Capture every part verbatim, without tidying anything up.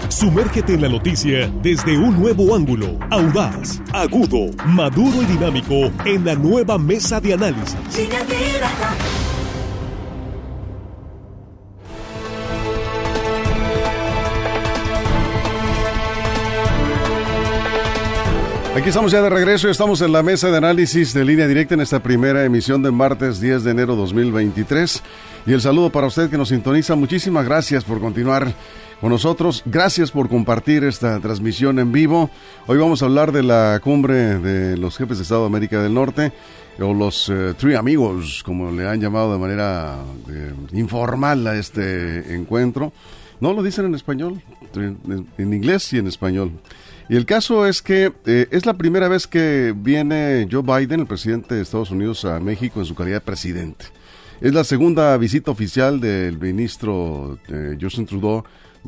Sumérgete en la noticia desde un nuevo ángulo, audaz, agudo, maduro y dinámico en la nueva mesa de análisis. Aquí estamos ya de regreso y estamos en la mesa de análisis de Línea Directa en esta primera emisión de martes diez de enero dos mil veintitrés. Y el saludo para usted que nos sintoniza. Muchísimas gracias por continuar con nosotros. Gracias por compartir esta transmisión en vivo. Hoy vamos a hablar de la cumbre de los jefes de Estado de América del Norte, o los eh, Three Amigos, como le han llamado de manera eh, informal a este encuentro. No lo dicen en español, en, en inglés y en español. Y el caso es que eh, es la primera vez que viene Joe Biden, el presidente de Estados Unidos, a México en su calidad de presidente. Es la segunda visita oficial del ministro eh, Justin Trudeau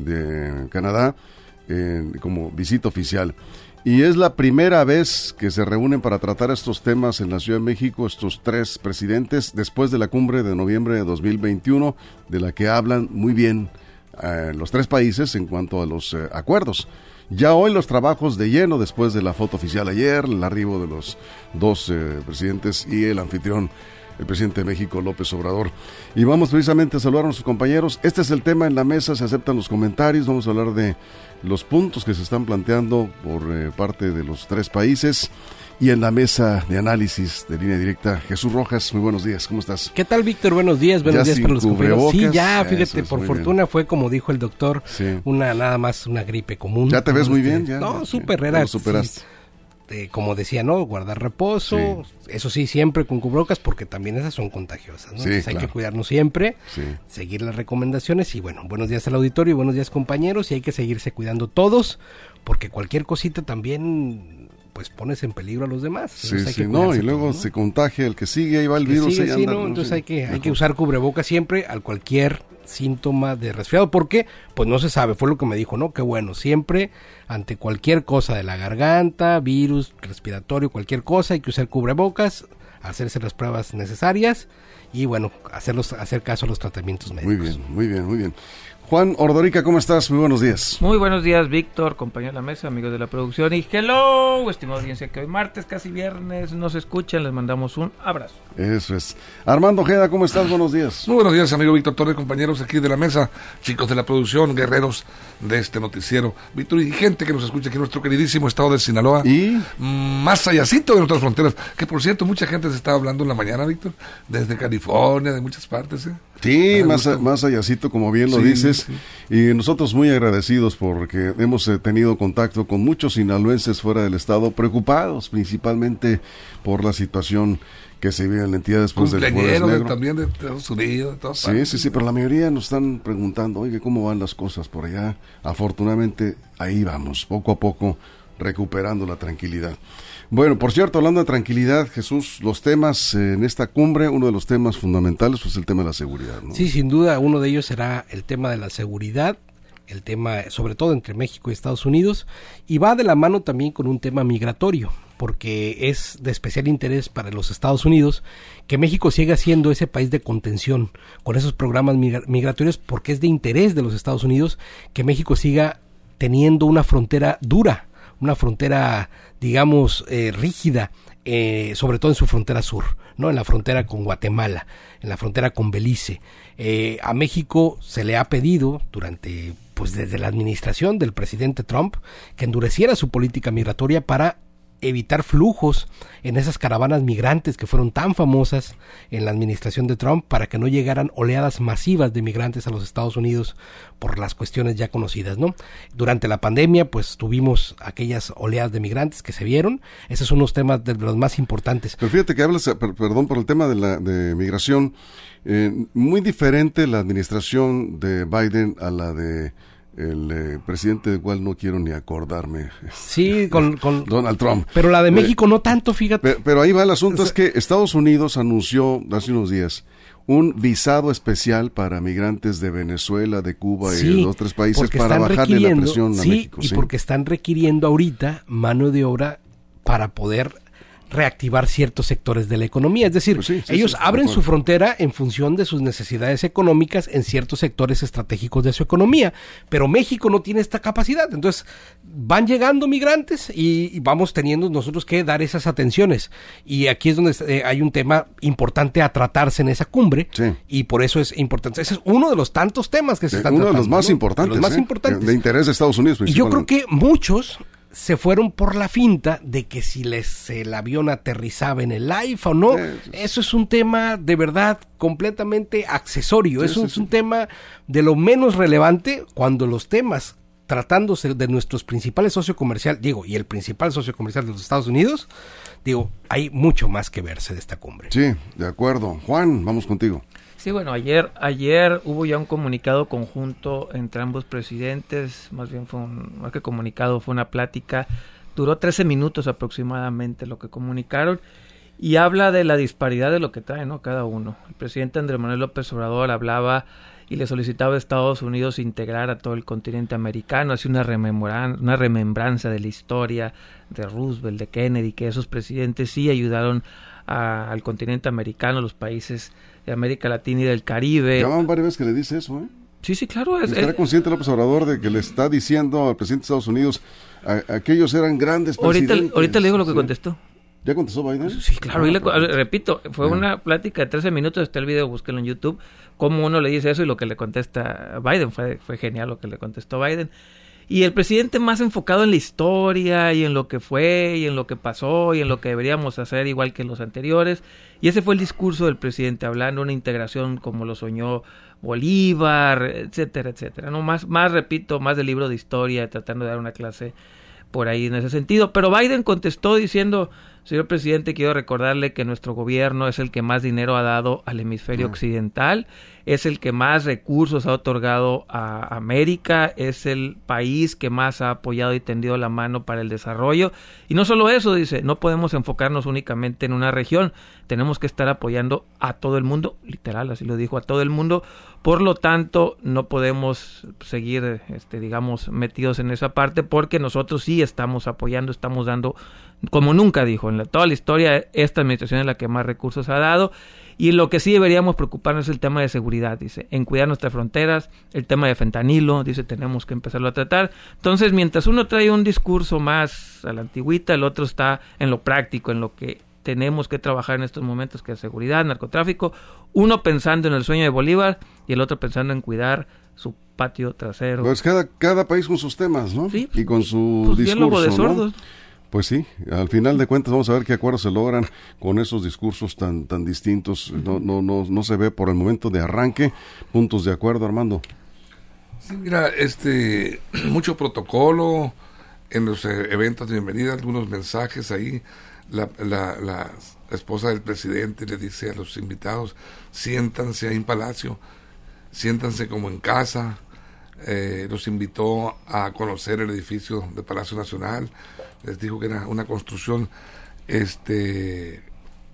de Canadá eh, como visita oficial. Y es la primera vez que se reúnen para tratar estos temas en la Ciudad de México, estos tres presidentes, después de la cumbre de noviembre de dos mil veintiuno, de la que hablan muy bien eh, los tres países en cuanto a los eh, acuerdos. Ya hoy los trabajos de lleno, después de la foto oficial ayer, el arribo de los dos eh, presidentes y el anfitrión, el presidente de México, López Obrador. Y vamos precisamente a saludar a nuestros compañeros. Este es el tema en la mesa, se aceptan los comentarios, vamos a hablar de los puntos que se están planteando por eh, parte de los tres países. Y en la mesa de análisis de Línea Directa, Jesús Rojas, muy buenos días, ¿cómo estás? ¿Qué tal, Víctor? Buenos días, buenos ya días para los compañeros. Sí, ya, fíjate, es, por fortuna bien. Fue como dijo el doctor, sí. una nada más una gripe común. ¿Ya te ves muy bien? Ya, no, ya, súper sí, rara. lo superaste. Sí, eh, como decía, ¿no? Guardar reposo, sí. Eso sí, siempre con cubrebocas, porque también esas son contagiosas, ¿no? Sí, Entonces claro. Hay que cuidarnos siempre, sí. Seguir las recomendaciones y bueno, buenos días al auditorio y buenos días compañeros, y hay que seguirse cuidando todos, porque cualquier cosita también pues pones en peligro a los demás. Sí, sí, no, y luego todos, ¿no? Se contagia el que sigue, ahí va el que virus. Sigue, y sí, anda, ¿no? ¿no? Entonces sí. hay que, hay que usar cubrebocas siempre al cualquier síntoma de resfriado. ¿Por qué? Pues no se sabe, fue lo que me dijo, ¿no? Que bueno, siempre ante cualquier cosa de la garganta, virus, respiratorio, cualquier cosa, hay que usar cubrebocas, hacerse las pruebas necesarias y bueno, hacerlos, hacer caso a los tratamientos médicos. Muy bien, muy bien, muy bien. Juan Ordorica, ¿cómo estás? Muy buenos días. Muy buenos días, Víctor, compañero de la mesa, amigos de la producción y hello, estimada audiencia que hoy martes, casi viernes, nos escuchan, les mandamos un abrazo. Eso es. Armando Ojeda, ¿cómo estás? Buenos días. Muy buenos días, amigo Víctor Torres, compañeros aquí de la mesa, chicos de la producción, guerreros de este noticiero. Víctor, y gente que nos escucha aquí en nuestro queridísimo estado de Sinaloa. Y más allácito de nuestras fronteras, que por cierto, mucha gente se está hablando en la mañana, Víctor, desde California, de muchas partes, ¿eh? Sí, ah, más, a, más allácito, como bien lo sí, dices, sí. Y nosotros muy agradecidos porque hemos eh, tenido contacto con muchos sinaloenses fuera del estado, preocupados principalmente por la situación que se vive en la entidad después del Jueves Negro. También de Estados Unidos, de todas sí, partes. sí, sí, pero la mayoría nos están preguntando, oye, ¿cómo van las cosas por allá? Afortunadamente, ahí vamos, poco a poco, recuperando la tranquilidad. Bueno, por cierto, hablando de tranquilidad, Jesús, los temas eh, en esta cumbre, uno de los temas fundamentales pues el tema de la seguridad, ¿no? Sí, sin duda, uno de ellos será el tema de la seguridad, el tema sobre todo entre México y Estados Unidos, y va de la mano también con un tema migratorio, porque es de especial interés para los Estados Unidos que México siga siendo ese país de contención con esos programas migra- migratorios, porque es de interés de los Estados Unidos que México siga teniendo una frontera dura, una frontera, digamos, eh, rígida, eh, sobre todo en su frontera sur, ¿no? En la frontera con Guatemala, en la frontera con Belice. Eh, a México se le ha pedido durante, pues desde la administración del presidente Trump, que endureciera su política migratoria para evitar flujos en esas caravanas migrantes que fueron tan famosas en la administración de Trump, para que no llegaran oleadas masivas de migrantes a los Estados Unidos por las cuestiones ya conocidas, ¿no? Durante la pandemia, pues tuvimos aquellas oleadas de migrantes que se vieron. Esos son los temas de los más importantes. Pero fíjate que hablas, per, perdón, por el tema de la de migración, eh, muy diferente la administración de Biden a la de el eh, presidente del cual no quiero ni acordarme. Sí, con, con Donald Trump. Pero la de México eh, no tanto, fíjate. Pero, pero ahí va el asunto, o sea, es que Estados Unidos anunció hace unos días un visado especial para migrantes de Venezuela, de Cuba sí, y de dos tres países para bajarle la presión a sí, México. Y sí, y porque están requiriendo ahorita mano de obra para poder reactivar ciertos sectores de la economía. Es decir, pues sí, sí, ellos sí, abren sí, su frontera en función de sus necesidades económicas en ciertos sectores estratégicos de su economía, pero México no tiene esta capacidad. Entonces van llegando migrantes y, y vamos teniendo nosotros que dar esas atenciones, y aquí es donde eh, hay un tema importante a tratarse en esa cumbre, sí. y por eso es importante. Ese es uno de los tantos temas que se Eh, están uno tratando. de los más ¿no? importantes, De los más ¿eh? importantes. De, de interés de Estados Unidos. Y yo creo principalmente. que muchos se fueron por la finta de que si les el avión aterrizaba en el AIFA o no, Sí, sí, sí. eso es un tema de verdad completamente accesorio, Sí, eso sí, es sí. un tema de lo menos relevante cuando los temas tratándose de nuestros principales socios comerciales, digo, y el principal socio comercial de los Estados Unidos, digo, hay mucho más que verse de esta cumbre. Sí, de acuerdo. Juan, vamos contigo. Sí, bueno, ayer ayer hubo ya un comunicado conjunto entre ambos presidentes, más bien fue un, más que comunicado, fue una plática, duró trece minutos aproximadamente lo que comunicaron, y habla de la disparidad de lo que trae, ¿no?, cada uno. El presidente Andrés Manuel López Obrador hablaba y le solicitaba a Estados Unidos integrar a todo el continente americano, así una rememoran, una remembranza de la historia de Roosevelt, de Kennedy, que esos presidentes sí ayudaron a, al continente americano, los países de América Latina y del Caribe. Ya van varias veces que le dice eso, ¿eh? Sí, sí, claro. Es, ¿Estará es, consciente López Obrador de que le está diciendo al presidente de Estados Unidos a, aquellos eran grandes ahorita, presidentes? ahorita le digo lo que Sí. contestó. ¿Ya contestó Biden? Sí, claro. Ah, y le, perfecto. repito, fue Bien. una plática de trece minutos, está el video, búsquenlo en YouTube, cómo uno le dice eso y lo que le contesta Biden. Fue, fue genial lo que le contestó Biden. Y el presidente más enfocado en la historia y en lo que fue y en lo que pasó y en lo que deberíamos hacer igual que los anteriores. Y ese fue el discurso del presidente, hablando de una integración como lo soñó Bolívar, etcétera, etcétera. No más, más repito, más del libro de historia, tratando de dar una clase por ahí en ese sentido. Pero Biden contestó diciendo: señor presidente, quiero recordarle que nuestro gobierno es el que más dinero ha dado al hemisferio Mm. occidental, es el que más recursos ha otorgado a América, es el país que más ha apoyado y tendido la mano para el desarrollo. Y no solo eso, dice, no podemos enfocarnos únicamente en una región, tenemos que estar apoyando a todo el mundo, literal, así lo dijo, a todo el mundo. Por lo tanto, no podemos seguir, este, digamos, metidos en esa parte, porque nosotros sí estamos apoyando, estamos dando, como nunca dijo, en la, toda la historia, esta administración es la que más recursos ha dado. Y lo que sí deberíamos preocuparnos es el tema de seguridad, dice, en cuidar nuestras fronteras, el tema de fentanilo, dice, tenemos que empezarlo a tratar. Entonces, mientras uno trae un discurso más a la antigüita, el otro está en lo práctico, en lo que tenemos que trabajar en estos momentos, que es seguridad, narcotráfico, uno pensando en el sueño de Bolívar y el otro pensando en cuidar su patio trasero. Pues cada, cada país con sus temas, ¿no? Sí, y con su pues, discurso, diálogo de ¿no? sordos. Pues sí, al final de cuentas vamos a ver qué acuerdos se logran con esos discursos tan tan distintos. No no no no se ve por el momento de arranque puntos de acuerdo, Armando. Sí, mira, este, mucho protocolo en los eh, eventos de bienvenida, algunos mensajes ahí. La, la, la esposa del presidente le dice a los invitados: siéntanse ahí en Palacio, siéntanse como en casa. Eh, los invitó a conocer el edificio de Palacio Nacional, les dijo que era una construcción este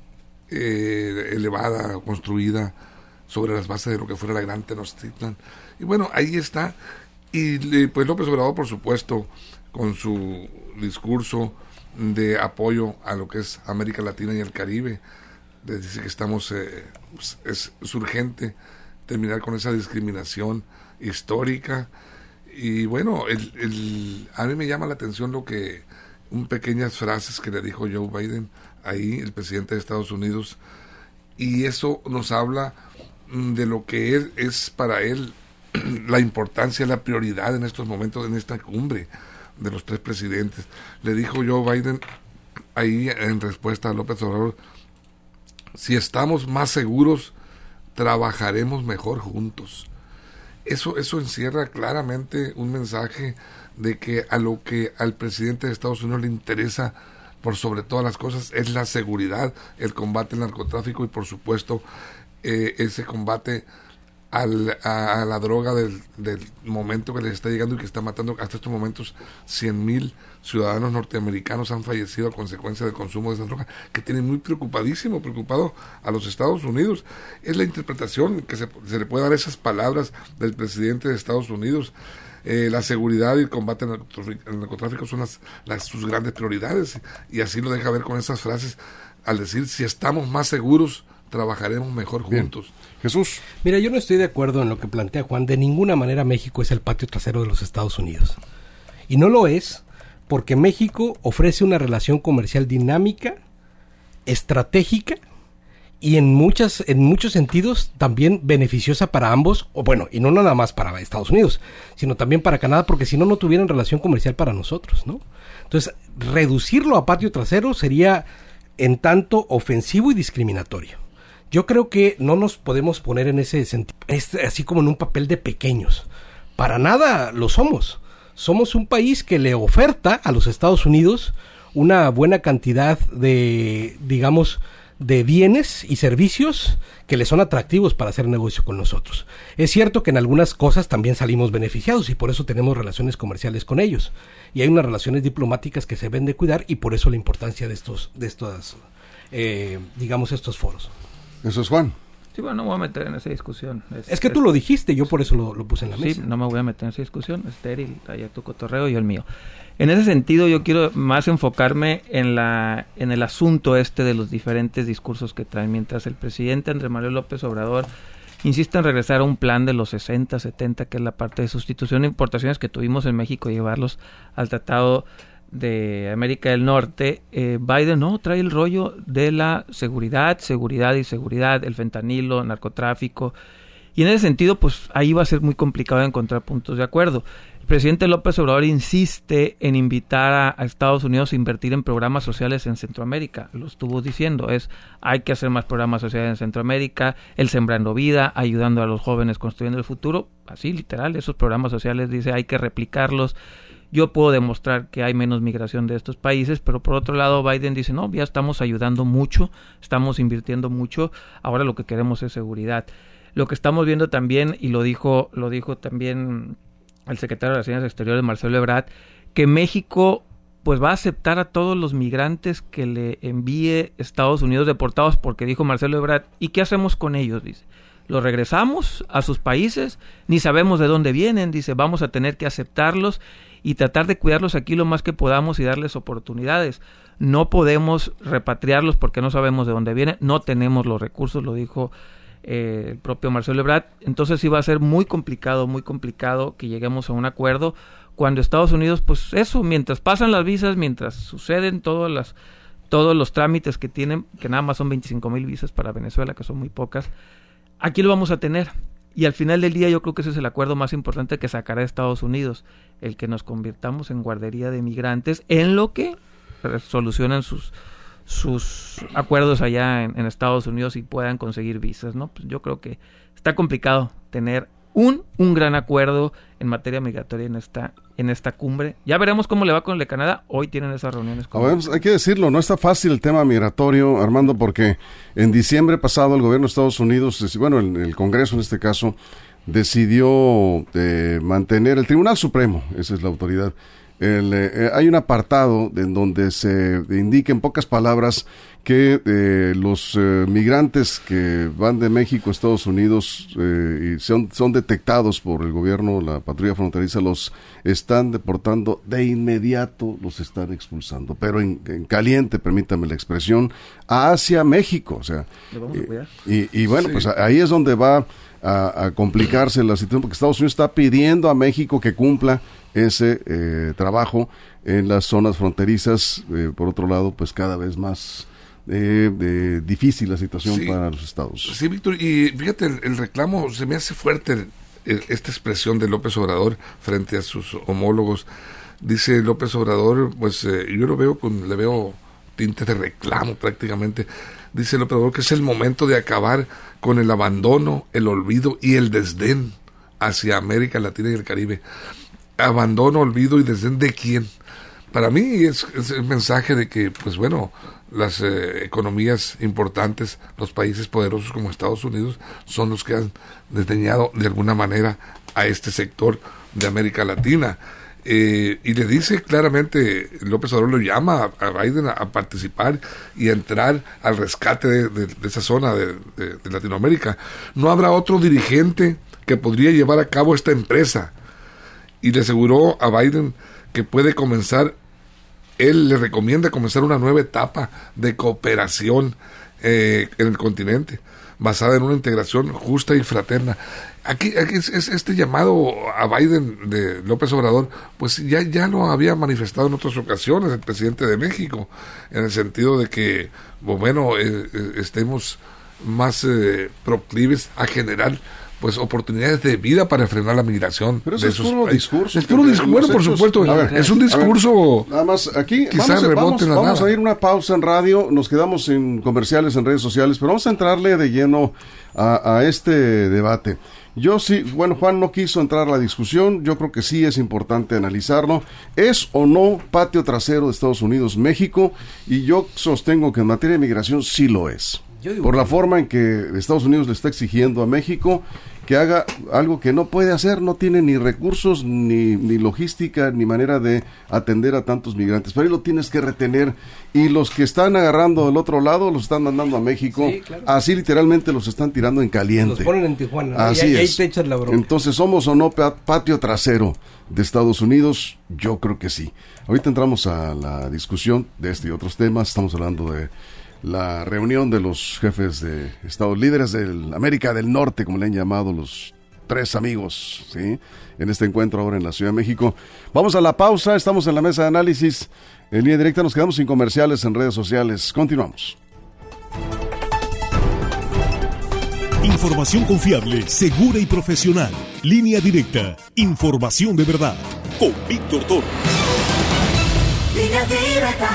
eh, elevada, construida sobre las bases de lo que fuera la Gran Tenochtitlan. Y bueno, ahí está. Y pues López Obrador, por supuesto, con su discurso de apoyo a lo que es América Latina y el Caribe, les dice que estamos eh, pues, es, es urgente terminar con esa discriminación histórica. Y bueno, el, el, a mí me llama la atención lo que un pequeñas frases que le dijo Joe Biden ahí, el presidente de Estados Unidos, y eso nos habla de lo que es, es para él la importancia, la prioridad en estos momentos, en esta cumbre de los tres presidentes. Le dijo Joe Biden ahí en respuesta a López Obrador: si estamos más seguros, trabajaremos mejor juntos. Eso, eso encierra claramente un mensaje de que a lo que al presidente de Estados Unidos le interesa por sobre todas las cosas es la seguridad, el combate al narcotráfico y por supuesto eh, ese combate al, a, a la droga del, del momento que les está llegando y que está matando hasta estos momentos cien mil ciudadanos norteamericanos han fallecido a consecuencia del consumo de esa droga, que tiene muy preocupadísimo, preocupado a los Estados Unidos. Es la interpretación que se, se le puede dar a esas palabras del presidente de Estados Unidos. eh, la seguridad y el combate al narcotráfico, al narcotráfico son las, las, sus grandes prioridades, y así lo deja ver con esas frases al decir, si estamos más seguros, trabajaremos mejor juntos. Bien. Jesús. Mira, yo no estoy de acuerdo en lo que plantea Juan. De ninguna manera México es el patio trasero de los Estados Unidos. Y no lo es porque México ofrece una relación comercial dinámica, estratégica y en muchas en muchos sentidos también beneficiosa para ambos, o bueno, y no nada más para Estados Unidos, sino también para Canadá, porque si no, no tuvieran relación comercial para nosotros, ¿no? Entonces, reducirlo a patio trasero sería en tanto ofensivo y discriminatorio. Yo creo que no nos podemos poner en ese sentido, así como en un papel de pequeños. Para nada lo somos. Somos un país que le oferta a los Estados Unidos una buena cantidad de, digamos, de bienes y servicios que le son atractivos para hacer negocio con nosotros. Es cierto que en algunas cosas también salimos beneficiados y por eso tenemos relaciones comerciales con ellos. Y hay unas relaciones diplomáticas que se deben de cuidar y por eso la importancia de estos, de estos, eh, digamos, estos foros. Eso es Juan. Sí, bueno, no me voy a meter en esa discusión. Es, es que es, tú lo dijiste, yo por eso lo, lo puse en la mesa. Sí, no me voy a meter en esa discusión, estéril, allá tu cotorreo y yo el mío. En ese sentido, yo quiero más enfocarme en la en el asunto este de los diferentes discursos que traen, mientras el presidente Andrés Manuel López Obrador insiste en regresar a un plan de los sesenta, setenta, que es la parte de sustitución de importaciones que tuvimos en México y llevarlos al Tratado de América del Norte. eh, Biden no trae el rollo de la seguridad, seguridad y seguridad, el fentanilo, narcotráfico, y en ese sentido pues ahí va a ser muy complicado encontrar puntos de acuerdo. El presidente López Obrador insiste en invitar a, a Estados Unidos a invertir en programas sociales en Centroamérica, lo estuvo diciendo, es hay que hacer más programas sociales en Centroamérica, el Sembrando Vida, ayudando a los jóvenes construyendo el futuro, así literal, esos programas sociales dice hay que replicarlos. Yo puedo demostrar que hay menos migración de estos países, pero por otro lado Biden dice, no, ya estamos ayudando mucho, estamos invirtiendo mucho, ahora lo que queremos es seguridad. Lo que estamos viendo también, y lo dijo, lo dijo también el secretario de Relaciones Exteriores, Marcelo Ebrard, que México pues va a aceptar a todos los migrantes que le envíe Estados Unidos deportados, porque dijo Marcelo Ebrard, ¿y qué hacemos con ellos? Dice, los regresamos a sus países, ni sabemos de dónde vienen, dice, vamos a tener que aceptarlos y tratar de cuidarlos aquí lo más que podamos y darles oportunidades. No podemos repatriarlos porque no sabemos de dónde vienen, no tenemos los recursos, lo dijo eh, el propio Marcelo Ebrard. Entonces sí va a ser muy complicado, muy complicado que lleguemos a un acuerdo cuando Estados Unidos, pues eso, mientras pasan las visas, mientras suceden todas las, todos los trámites que tienen, que nada más son veinticinco mil visas para Venezuela, que son muy pocas, aquí lo vamos a tener. Y al final del día yo creo que ese es el acuerdo más importante que sacará Estados Unidos, el que nos convirtamos en guardería de migrantes en lo que solucionan sus sus acuerdos allá en, en Estados Unidos y puedan conseguir visas, ¿no? Pues yo creo que está complicado tener un un gran acuerdo en materia migratoria en esta en esta cumbre. Ya veremos cómo le va con el de Canadá. Hoy tienen esas reuniones. Con... A ver, hay que decirlo, no está fácil el tema migratorio, Armando, porque en diciembre pasado el gobierno de Estados Unidos, bueno, el, el Congreso en este caso, decidió eh, mantener el Tribunal Supremo, esa es la autoridad. El, eh, hay un apartado en donde se indica en pocas palabras que eh, los eh, migrantes que van de México a Estados Unidos eh, y son, son detectados por el gobierno, la patrulla fronteriza, los están deportando de inmediato, los están expulsando, pero en, en caliente, permítame la expresión, hacia México. O sea, eh, y, y bueno, sí. Pues ahí es donde va a, a complicarse la situación, porque Estados Unidos está pidiendo a México que cumpla ese eh, trabajo en las zonas fronterizas. Eh, por otro lado, pues cada vez más eh, eh, difícil la situación sí, para los estados. Sí, Víctor, y fíjate, el, el reclamo, se me hace fuerte el, el, esta expresión de López Obrador frente a sus homólogos. Dice López Obrador, pues eh, yo lo veo con, le veo tintes de reclamo prácticamente. Dice López Obrador que es el momento de acabar con el abandono, el olvido y el desdén hacia América Latina y el Caribe. Abandono, olvido y desdén de quién. Para mí es, es el mensaje de que, pues bueno, las eh, economías importantes, los países poderosos como Estados Unidos, son los que han desdeñado de alguna manera a este sector de América Latina. Eh, y le dice claramente, López Obrador lo llama a, a Biden a, a participar y a entrar al rescate de, de, de esa zona de, de, de Latinoamérica. No habrá otro dirigente que podría llevar a cabo esta empresa. y le aseguró a Biden que puede comenzar, él le recomienda comenzar una nueva etapa de cooperación eh, en el continente, basada en una integración justa y fraterna. Aquí, aquí es, es este llamado a Biden de López Obrador, pues ya, ya lo había manifestado en otras ocasiones el presidente de México, en el sentido de que, bueno, eh, eh, estemos más eh, proclives a generar pues oportunidades de vida para frenar la migración. Pero eso de es esos puro países. discurso. Es puro discurso, bueno, por supuesto. Ver, es un discurso. Ver, nada más, aquí quizá vamos, a, vamos, en la vamos nada. a ir una pausa en radio, nos quedamos en comerciales en redes sociales, pero vamos a entrarle de lleno a, a este debate. Yo sí, bueno, Juan no quiso entrar a la discusión, yo creo que sí es importante analizarlo. ¿Es o no patio trasero de Estados Unidos México? Y yo sostengo que en materia de migración sí lo es. Por la forma en que Estados Unidos le está exigiendo a México que haga algo que no puede hacer, no tiene ni recursos, ni, ni logística, ni manera de atender a tantos migrantes. Pero ahí lo tienes que retener, y los que están agarrando del otro lado los están mandando a México. Sí, claro. Así literalmente los están tirando en caliente. Los ponen en Tijuana, ¿no? Así y, ahí es. te echas la broma. Entonces, ¿somos o no patio trasero de Estados Unidos? Yo creo que sí. Ahorita entramos a la discusión de este y otros temas. Estamos hablando de la reunión de los jefes de Estados, líderes de América del Norte, como le han llamado, los tres amigos, ¿sí? En este encuentro ahora en la Ciudad de México. Vamos a la pausa, estamos en la mesa de análisis en línea directa, nos quedamos sin comerciales en redes sociales. Continuamos. Información confiable, segura y profesional. Línea directa, información de verdad. Con Víctor Toro. Línea directa.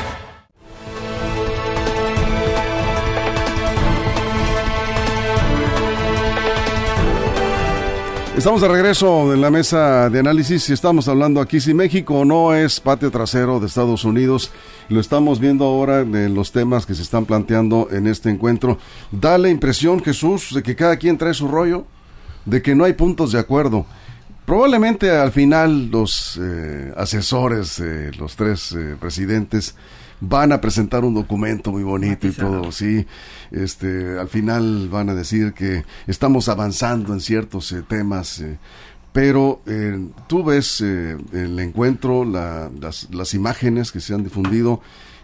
Estamos de regreso en la mesa de análisis y estamos hablando aquí si México no es patio trasero de Estados Unidos. Lo estamos viendo ahora en los temas que se están planteando en este encuentro. Da la impresión, Jesús, de que cada quien trae su rollo, de que no hay puntos de acuerdo. Probablemente al final los eh, asesores, eh, los tres eh, presidentes, van a presentar un documento muy bonito y todo, sí. Este, al final van a decir que estamos avanzando en ciertos eh, temas, eh, pero eh, tú ves eh, el encuentro, la, las, las imágenes que se han difundido,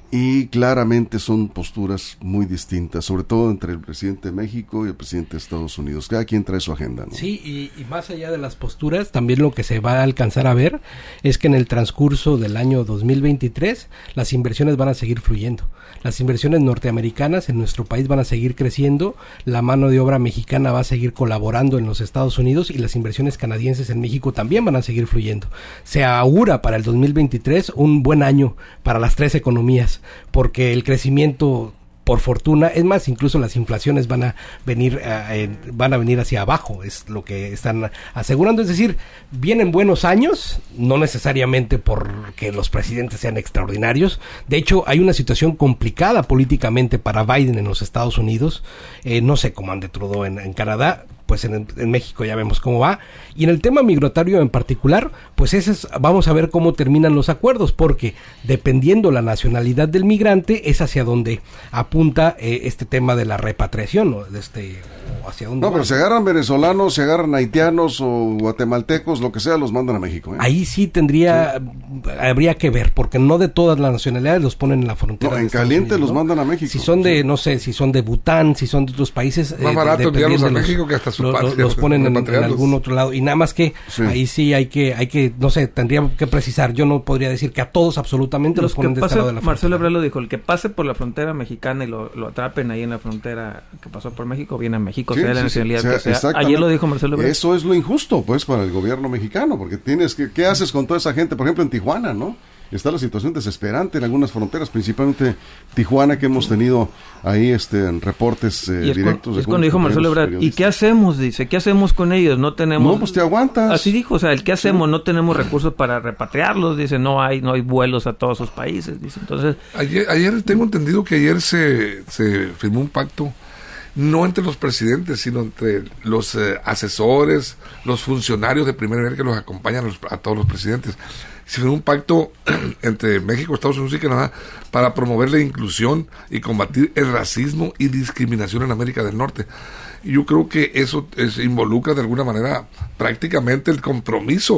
y claramente son posturas muy distintas, sobre todo entre el presidente de México y el presidente de Estados Unidos. Cada quien trae su agenda, ¿no? Sí, y, y más allá de las posturas, también lo que se va a alcanzar a ver es que en el transcurso del año dos mil veintitrés las inversiones van a seguir fluyendo. Las inversiones norteamericanas en nuestro país van a seguir creciendo, la mano de obra mexicana va a seguir colaborando en los Estados Unidos y las inversiones canadienses en México también van a seguir fluyendo. Se augura para el dos mil veintitrés un buen año para las tres economías, porque el crecimiento, por fortuna, es más, incluso las inflaciones van a venir eh, van a venir hacia abajo, es lo que están asegurando. Es decir, vienen buenos años, no necesariamente porque los presidentes sean extraordinarios. De hecho, hay una situación complicada políticamente para Biden en los Estados Unidos, eh, no sé cómo ande Trudeau en, en Canadá, pues en, en México ya vemos cómo va, y en el tema migratorio en particular, pues ese es, vamos a ver cómo terminan los acuerdos, porque dependiendo la nacionalidad del migrante es hacia donde apunta eh, este tema de la repatriación, ¿no? De este, o hacia dónde No, va. pero se agarran venezolanos, se agarran haitianos o guatemaltecos, lo que sea, los mandan a México, ¿eh? Ahí sí tendría, sí. habría que ver, porque no de todas las nacionalidades los ponen en la frontera. No, de en Estados caliente Unidos, los ¿no? mandan a México. Si son de, sí. no sé, si son de Bután, si son de otros países. Más eh, barato enviarlos a dependiendo México que hasta su lo, patria. lo, los ponen en, en repatriarlos. algún otro lado, y nada más que Sí. ahí sí hay que, hay que, no sé, tendría que precisar, yo no podría decir que a todos absolutamente los, Los ponen que de este pase, lado de la Marcelo frontera. Ebrard lo dijo, el que pase por la frontera mexicana y lo, lo atrapen ahí en la frontera que pasó por México, viene a México, Sí, sea la sí, nacionalidad sí, o sea, que sea. exactamente. Ayer lo dijo Marcelo Ebrard. Eso es lo injusto, pues, para el gobierno mexicano, porque tienes que, ¿qué haces con toda esa gente? Por ejemplo, en Tijuana, ¿no? Está la situación desesperante en algunas fronteras, principalmente Tijuana, que hemos tenido ahí este en reportes eh, Y es, directos. con, de es cuando dijo Marcelo Ebrard, ¿y qué hacemos? Dice, ¿qué hacemos con ellos? No tenemos... No, pues te aguantas. Así dijo, o sea, el qué hacemos, no tenemos recursos para repatriarlos, dice, no hay no hay vuelos a todos sus países, dice, entonces... Ayer, ayer tengo entendido que ayer se, se firmó un pacto, no entre los presidentes, sino entre los eh, asesores, los funcionarios de primer nivel que los acompañan a, los, a todos los presidentes. Se firmó un pacto entre México, Estados Unidos y Canadá para promover la inclusión y combatir el racismo y discriminación en América del Norte. Y yo creo que eso es, involucra de alguna manera prácticamente el compromiso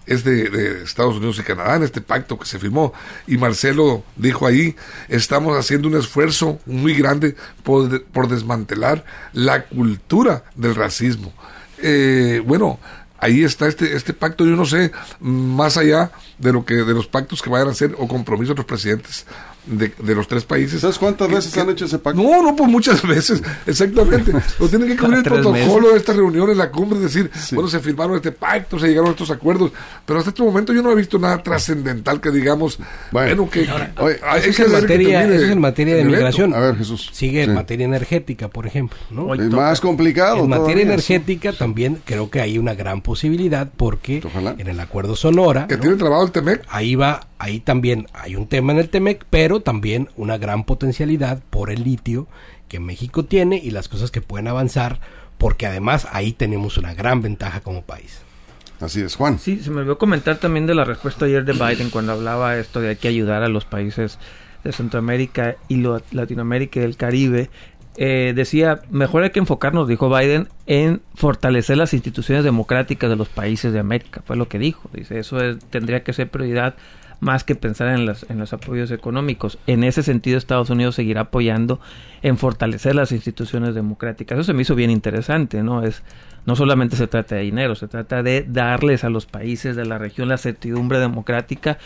es de, de Estados Unidos y Canadá, en este pacto que se firmó. Y Marcelo dijo ahí, estamos haciendo un esfuerzo muy grande por, por desmantelar la cultura del racismo. Eh, bueno, ahí está este este pacto. Yo no sé, más allá de lo que de los pactos que vayan a hacer o compromisos de los presidentes de, de los tres países. ¿Sabes cuántas que, veces que, han hecho ese pacto? No, no, pues muchas veces, exactamente. Lo tienen que cubrir el protocolo meses. de esta reunión en la cumbre, es decir, sí. bueno, se firmaron este pacto, se llegaron a estos acuerdos, pero hasta este momento yo no he visto nada trascendental que digamos, bueno, bueno que... Ahora, oye, hay eso, que es en materia, eso es en materia de migración. A ver, Jesús. Sigue sí. en materia energética, por ejemplo, ¿no? Es más complicado. En materia todavía, energética sí. también creo que hay una gran posibilidad porque Ojalá. en el acuerdo Sonora... Que ¿no? tiene trabado el Temec. Ahí va, ahí también hay un tema en el Temec, pero también una gran potencialidad por el litio que México tiene y las cosas que pueden avanzar, porque además ahí tenemos una gran ventaja como país. Así es, Juan. Sí, se me olvidó comentar también de la respuesta ayer de Biden cuando hablaba esto de hay que ayudar a los países de Centroamérica y lo, Latinoamérica y el Caribe. Eh, decía, mejor hay que enfocarnos, dijo Biden, en fortalecer las instituciones democráticas de los países de América. Fue lo que dijo. Dice, eso es, tendría que ser prioridad más que pensar en, las, en los apoyos económicos. En ese sentido, Estados Unidos seguirá apoyando en fortalecer las instituciones democráticas. Eso se me hizo bien interesante, ¿no? Es, no solamente se trata de dinero, se trata de darles a los países de la región la certidumbre democrática.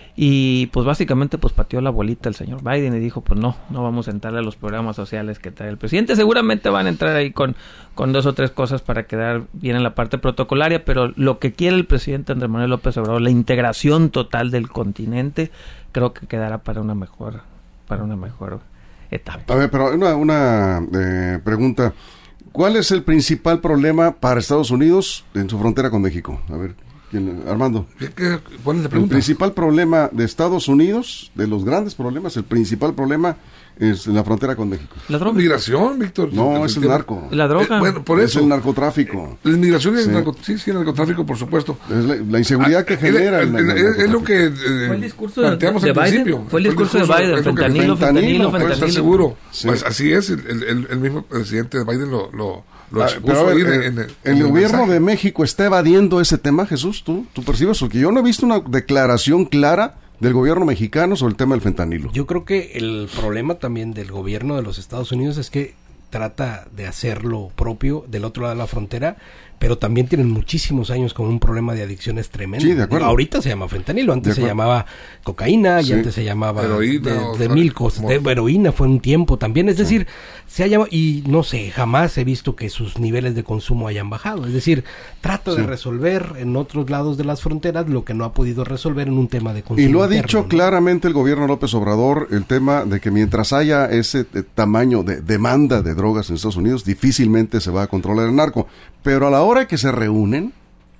Y pues básicamente pues pateó la bolita el señor Biden y dijo pues no, no vamos a entrarle a los programas sociales que trae el presidente. Seguramente van a entrar ahí con, con dos o tres cosas para quedar bien en la parte protocolaria, pero lo que quiere el presidente Andrés Manuel López Obrador, la integración total del continente, creo que quedará para una mejor, para una mejor etapa. A ver, pero una, una eh, pregunta, ¿cuál es el principal problema para Estados Unidos en su frontera con México? A ver, Armando. ¿Cuál es la pregunta? El principal problema de Estados Unidos, de los grandes problemas, el principal problema es la frontera con México. La droga. Migración, Víctor. No, es el narco. La droga. Eh, bueno, por eso. Es el narcotráfico. La inmigración y sí. el narcotráfico, sí, sí, el narcotráfico, por supuesto. Es la, la inseguridad ah, que genera. El, el, el, el, es lo que eh, fue el discurso planteamos de, al de principio. Biden. Fue el discurso, fue el discurso de Biden. Fentanilo, fentanilo, fentanilo. ¿Estás seguro? Sí. Pues así es. El, el, el mismo presidente de Biden lo... lo Lo ah, pero ver, eh, en, en, en el, el gobierno mensaje. de México está evadiendo ese tema, Jesús, ¿tú, tú percibes? Porque yo no he visto una declaración clara del gobierno mexicano sobre el tema del fentanilo. Yo creo que el problema también del gobierno de los Estados Unidos es que trata de hacer lo propio del otro lado de la frontera, pero también tienen muchísimos años con un problema de adicciones tremendo. Sí, de acuerdo. Ahorita se llama fentanilo, antes se llamaba cocaína sí. y antes se llamaba heroína, de, de mil cosas. De heroína fue un tiempo también, es sí. decir, se ha llamado, y no sé, jamás he visto que sus niveles de consumo hayan bajado. Es decir, trata sí. de resolver en otros lados de las fronteras lo que no ha podido resolver en un tema de consumo. Y lo ha interno, dicho ¿no? claramente el gobierno López Obrador, el tema de que mientras haya ese eh, tamaño de demanda de drogas en Estados Unidos, difícilmente se va a controlar el narco. Pero a la hora que se reúnen,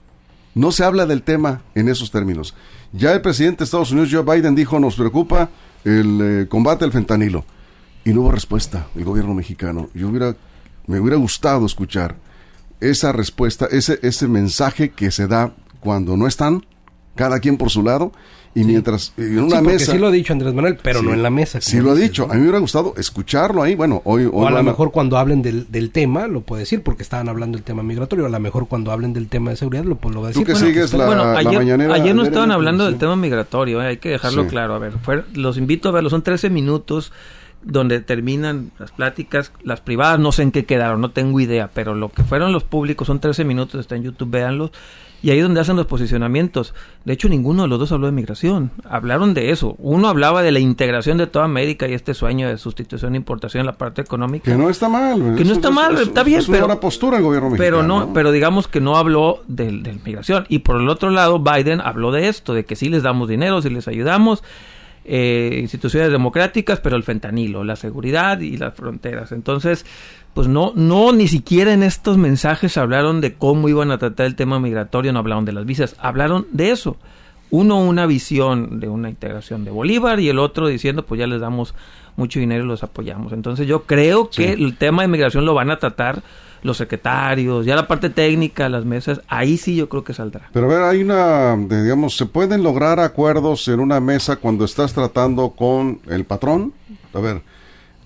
no se habla del tema en esos términos. Ya el presidente de Estados Unidos, Joe Biden, dijo, nos preocupa el eh, combate al fentanilo. Y no hubo respuesta del gobierno mexicano. Yo hubiera, me hubiera gustado escuchar esa respuesta, ese, ese mensaje que se da cuando no están, cada quien por su lado, y sí. mientras en una sí, mesa... sí lo ha dicho Andrés Manuel, pero sí, no en la mesa. Sí lo ha dicho, ¿no? A mí me hubiera gustado escucharlo ahí, bueno, hoy... hoy o a lo van... mejor cuando hablen del, del tema, lo puede decir, porque estaban hablando del tema migratorio, a lo mejor cuando hablen del tema de seguridad, lo, pues, lo va a decir. Tú que bueno, sigues pues, la, bueno, la ayer, mañanera... Ayer no estaban ayer, hablando sí. del tema migratorio, eh, hay que dejarlo sí. claro, a ver, fue, los invito a verlo, son trece minutos donde terminan las pláticas, las privadas, no sé en qué quedaron, no tengo idea, pero lo que fueron los públicos son trece minutos, está en YouTube, véanlos. Y ahí es donde hacen los posicionamientos. De hecho, ninguno de los dos habló de migración. Hablaron de eso. Uno hablaba de la integración de toda América y este sueño de sustitución e importación en la parte económica. Que no está mal. Que no está es, mal, es, está bien. Es una pero, buena postura el gobierno mexicano. Pero, no, ¿no? pero digamos que no habló de, de migración. Y por el otro lado, Biden habló de esto, de que sí les damos dinero, sí les ayudamos. Eh, instituciones democráticas, pero el fentanilo, la seguridad y las fronteras. Entonces... pues no, no, ni siquiera en estos mensajes hablaron de cómo iban a tratar el tema migratorio, no hablaron de las visas, hablaron de eso. Uno, una visión de una integración de Bolívar y el otro diciendo, pues ya les damos mucho dinero y los apoyamos. Entonces yo creo que sí. el tema de migración lo van a tratar los secretarios, ya la parte técnica, las mesas, ahí sí yo creo que saldrá. Pero a ver, hay una, digamos, ¿se pueden lograr acuerdos en una mesa cuando estás tratando con el patrón? A ver...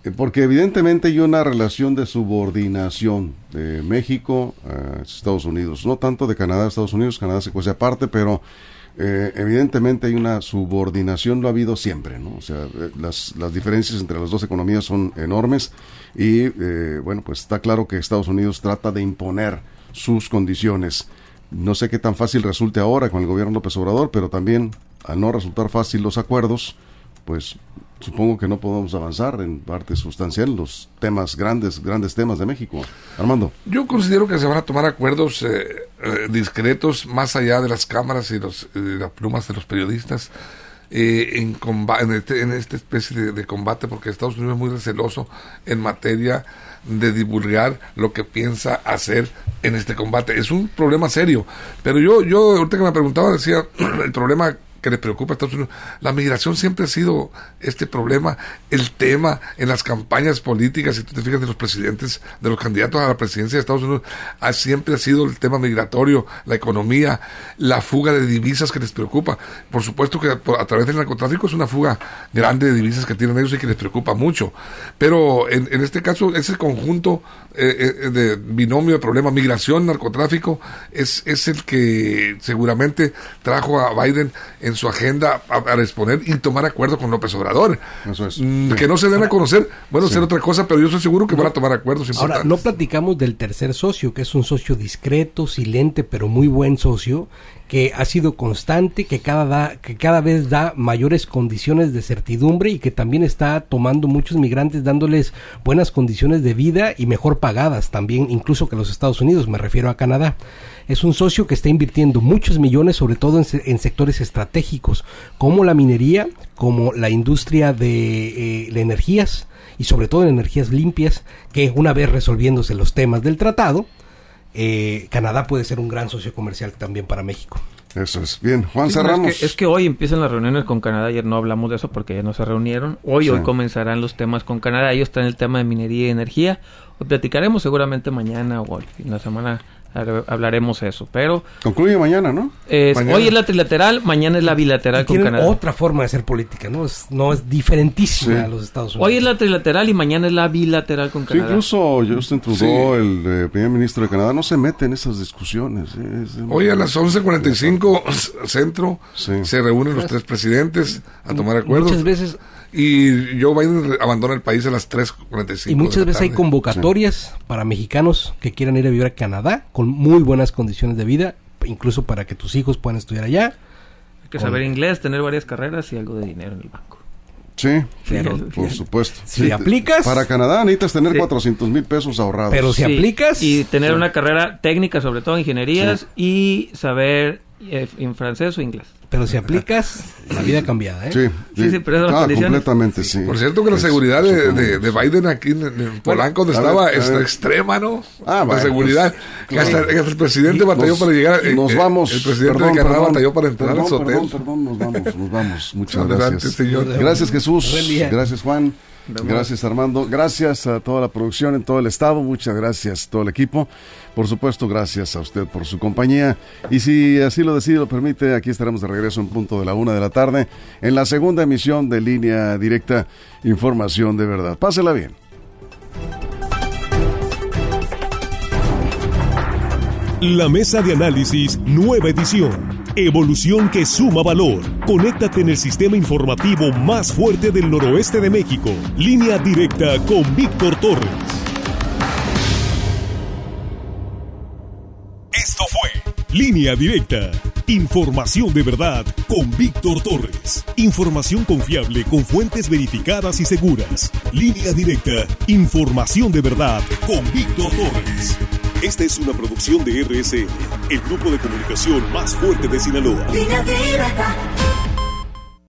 porque evidentemente hay una relación de subordinación de México a Estados Unidos, no tanto de Canadá a Estados Unidos, Canadá se cuece aparte, pero eh, evidentemente hay una subordinación, lo ha habido siempre, ¿no? O sea, eh, las, las diferencias entre las dos economías son enormes y, eh, bueno, pues está claro que Estados Unidos trata de imponer sus condiciones. No sé qué tan fácil resulte ahora con el gobierno López Obrador, pero también al no resultar fácil los acuerdos, pues supongo que no podemos avanzar en parte sustancial los temas grandes, grandes temas de México. Armando. Yo considero que se van a tomar acuerdos eh, eh, discretos más allá de las cámaras y los, eh, las plumas de los periodistas eh, en, comba- en, este, en esta especie de, de combate, porque Estados Unidos es muy receloso en materia de divulgar lo que piensa hacer en este combate. Es un problema serio, pero yo, yo ahorita que me preguntaba, decía, el problema que le preocupa a Estados Unidos, la migración siempre ha sido este problema, el tema en las campañas políticas, si tú te fijas de los presidentes, de los candidatos a la presidencia de Estados Unidos, ha, siempre ha sido el tema migratorio, la economía, la fuga de divisas que les preocupa. Por supuesto que a, a través del narcotráfico es una fuga grande de divisas que tienen ellos y que les preocupa mucho, pero en, en este caso ese conjunto eh, eh, de binomio de problema, migración, narcotráfico, es, es el que seguramente trajo a Biden en su agenda a, a responder y tomar acuerdo con López Obrador. Eso es. Mm, Sí. que no se den a conocer, bueno, Sí. ser otra cosa, pero yo estoy seguro que van a tomar acuerdos importantes. Ahora, no platicamos del tercer socio, que es un socio discreto, silente, pero muy buen socio, que ha sido constante, que cada, da, que cada vez da mayores condiciones de certidumbre y que también está tomando muchos migrantes, dándoles buenas condiciones de vida y mejor pagadas también, incluso que los Estados Unidos, me refiero a Canadá. Es un socio que está invirtiendo muchos millones, sobre todo en, en sectores estratégicos, como la minería, como la industria de, eh, de energías, y sobre todo en energías limpias, que una vez resolviéndose los temas del tratado, eh, Canadá puede ser un gran socio comercial también para México. Eso es. Bien, Juan, Sí, cerramos. Es que, es que hoy empiezan las reuniones con Canadá. Ayer no hablamos de eso porque ya no se reunieron. Hoy, Sí. hoy comenzarán los temas con Canadá. Ellos están en el tema de minería y energía. Hoy platicaremos seguramente mañana o en la semana hablaremos eso. Pero Concluye mañana, ¿no? eh, Mañana. hoy es la trilateral, mañana es la bilateral Y con tienen Canadá. otra forma de hacer política, ¿no? Es, no es diferentísima Sí. a los Estados Unidos. Hoy es la trilateral y mañana es la bilateral con Sí, Canadá. incluso Justin Trudeau, Sí. el eh, primer ministro de Canadá, no se mete en esas discusiones. eh, es- Hoy a las once cuarenta y cinco centro Sí. se reúnen los tres presidentes a tomar acuerdos. Muchas veces Y Joe Biden abandona el país a las tres cuarenta y cinco. Y muchas de la veces hay tarde. convocatorias para mexicanos que quieran ir a vivir a Canadá con muy buenas condiciones de vida, incluso para que tus hijos puedan estudiar allá. Hay que saber inglés, tener varias carreras y algo de dinero en el banco. Sí, Pero- por supuesto. Si Sí, aplicas- Para Canadá necesitas tener Sí. cuatrocientos mil pesos ahorrados. Pero si Sí, aplicas... y tener una carrera técnica, sobre todo ingenierías, y saber eh, en francés o inglés. Pero si aplicas, la vida cambiada, ¿eh? Sí, Sí, sí, pero esas ah, condiciones- completamente, sí. Por cierto que la Es- seguridad de, supongo. de, de Biden aquí en, en Polanco, donde a estaba, ver, a es ver. extrema, ¿no? Ah, la bueno, seguridad. pues, Que hasta, claro. que hasta el presidente batalló Nos- para llegar. eh, Nos eh, vamos. El presidente perdón, de Canadá perdón, batalló para entrar perdón, a su hotel. Perdón, perdón, nos vamos, nos vamos. Muchas Adelante, gracias. señor. Gracias, Jesús. Buen día. Gracias, Juan. Gracias, Armando. Gracias a toda la producción en todo el estado. Muchas gracias a todo el equipo. Por supuesto, gracias a usted por su compañía. Y si así lo decide, lo permite, aquí estaremos de regreso en punto de la una de la tarde en la segunda emisión de Línea Directa, Información de Verdad. Pásela bien. La mesa de análisis, nueva edición. Evolución que suma valor. Conéctate en el sistema informativo más fuerte del noroeste de México. Línea Directa con Víctor Torres. Esto fue Línea Directa. Información de verdad con Víctor Torres. Información confiable con fuentes verificadas y seguras. Línea Directa. Información de verdad con Víctor Torres. Esta es una producción de R S N, el grupo de comunicación más fuerte de Sinaloa. Línea directa.